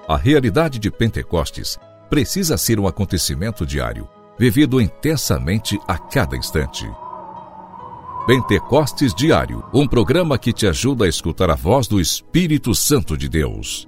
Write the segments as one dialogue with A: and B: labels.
A: A realidade de Pentecostes precisa ser um acontecimento diário, vivido intensamente a cada instante. Pentecostes Diário, um programa que te ajuda a escutar a voz do Espírito Santo de Deus.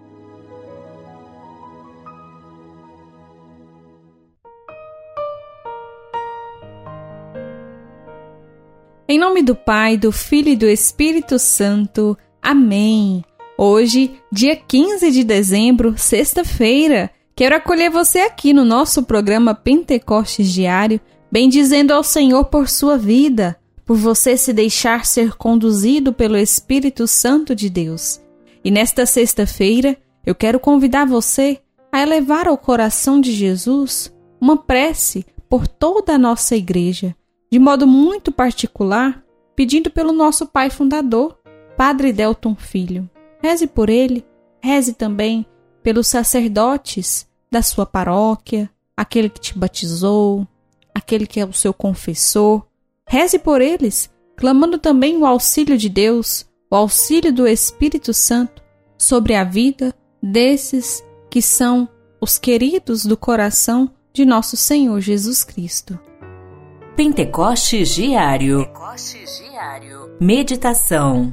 B: Em nome do Pai, do Filho e do Espírito Santo. Amém. Hoje, dia 15 de dezembro, sexta-feira, quero acolher você aqui no nosso programa Pentecostes Diário, bendizendo ao Senhor por sua vida, por você se deixar ser conduzido pelo Espírito Santo de Deus. E nesta sexta-feira, eu quero convidar você a elevar ao coração de Jesus uma prece por toda a nossa igreja, de modo muito particular, pedindo pelo nosso pai fundador, Padre Delton Filho. Reze por ele, reze também pelos sacerdotes da sua paróquia, aquele que te batizou, aquele que é o seu confessor. Reze por eles, clamando também o auxílio de Deus, o auxílio do Espírito Santo sobre a vida desses que são os queridos do coração de nosso Senhor Jesus Cristo.
C: Pentecostes Diário. Meditação.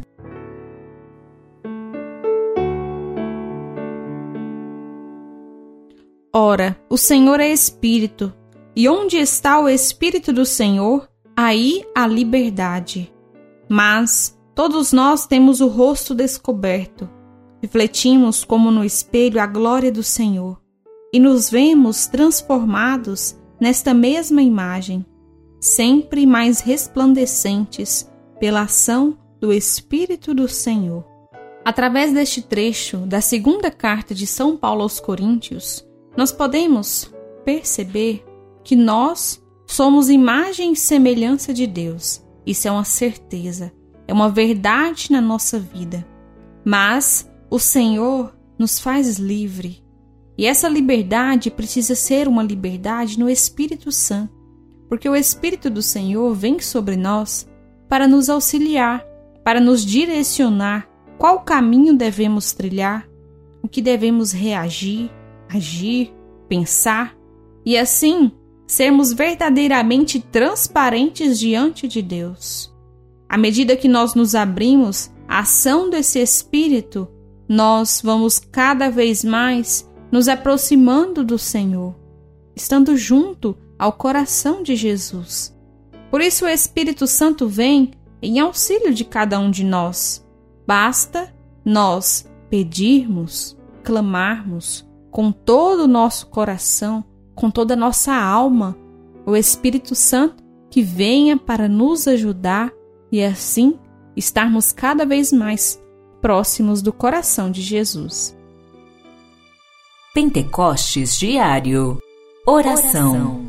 B: Ora, o Senhor é Espírito, e onde está o Espírito do Senhor, aí há liberdade. Mas todos nós temos o rosto descoberto, refletimos como no espelho a glória do Senhor, e nos vemos transformados nesta mesma imagem, sempre mais resplandecentes pela ação do Espírito do Senhor. Através deste trecho da segunda carta de São Paulo aos Coríntios, nós podemos perceber que nós somos imagem e semelhança de Deus. Isso é uma certeza, é uma verdade na nossa vida. Mas o Senhor nos faz livre. E essa liberdade precisa ser uma liberdade no Espírito Santo, porque o Espírito do Senhor vem sobre nós para nos auxiliar, para nos direcionar qual caminho devemos trilhar, o que devemos reagir, agir, pensar, e assim sermos verdadeiramente transparentes diante de Deus. À medida que nós nos abrimos à ação desse Espírito, nós vamos cada vez mais nos aproximando do Senhor, estando junto ao coração de Jesus. Por isso o Espírito Santo vem em auxílio de cada um de nós. Basta nós pedirmos, clamarmos com todo o nosso coração, com toda a nossa alma, o Espírito Santo que venha para nos ajudar e assim estarmos cada vez mais próximos do coração de Jesus.
C: Pentecostes Diário. Oração.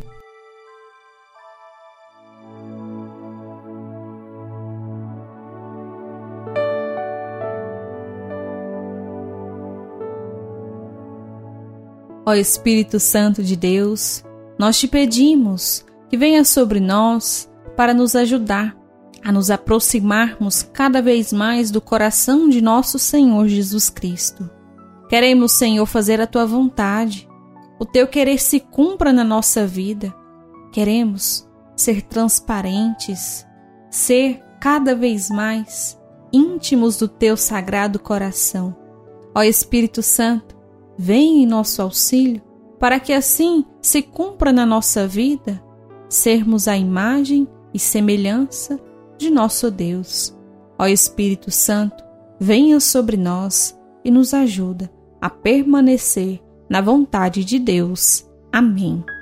B: Ó Espírito Santo de Deus, nós te pedimos que venha sobre nós para nos ajudar a nos aproximarmos cada vez mais do coração de nosso Senhor Jesus Cristo. Queremos, Senhor, fazer a Tua vontade. O Teu querer se cumpra na nossa vida. Queremos ser transparentes, ser cada vez mais íntimos do Teu sagrado coração. Ó Espírito Santo, vem em nosso auxílio, para que assim se cumpra na nossa vida, sermos a imagem e semelhança de nosso Deus. Ó Espírito Santo, venha sobre nós e nos ajuda a permanecer na vontade de Deus. Amém.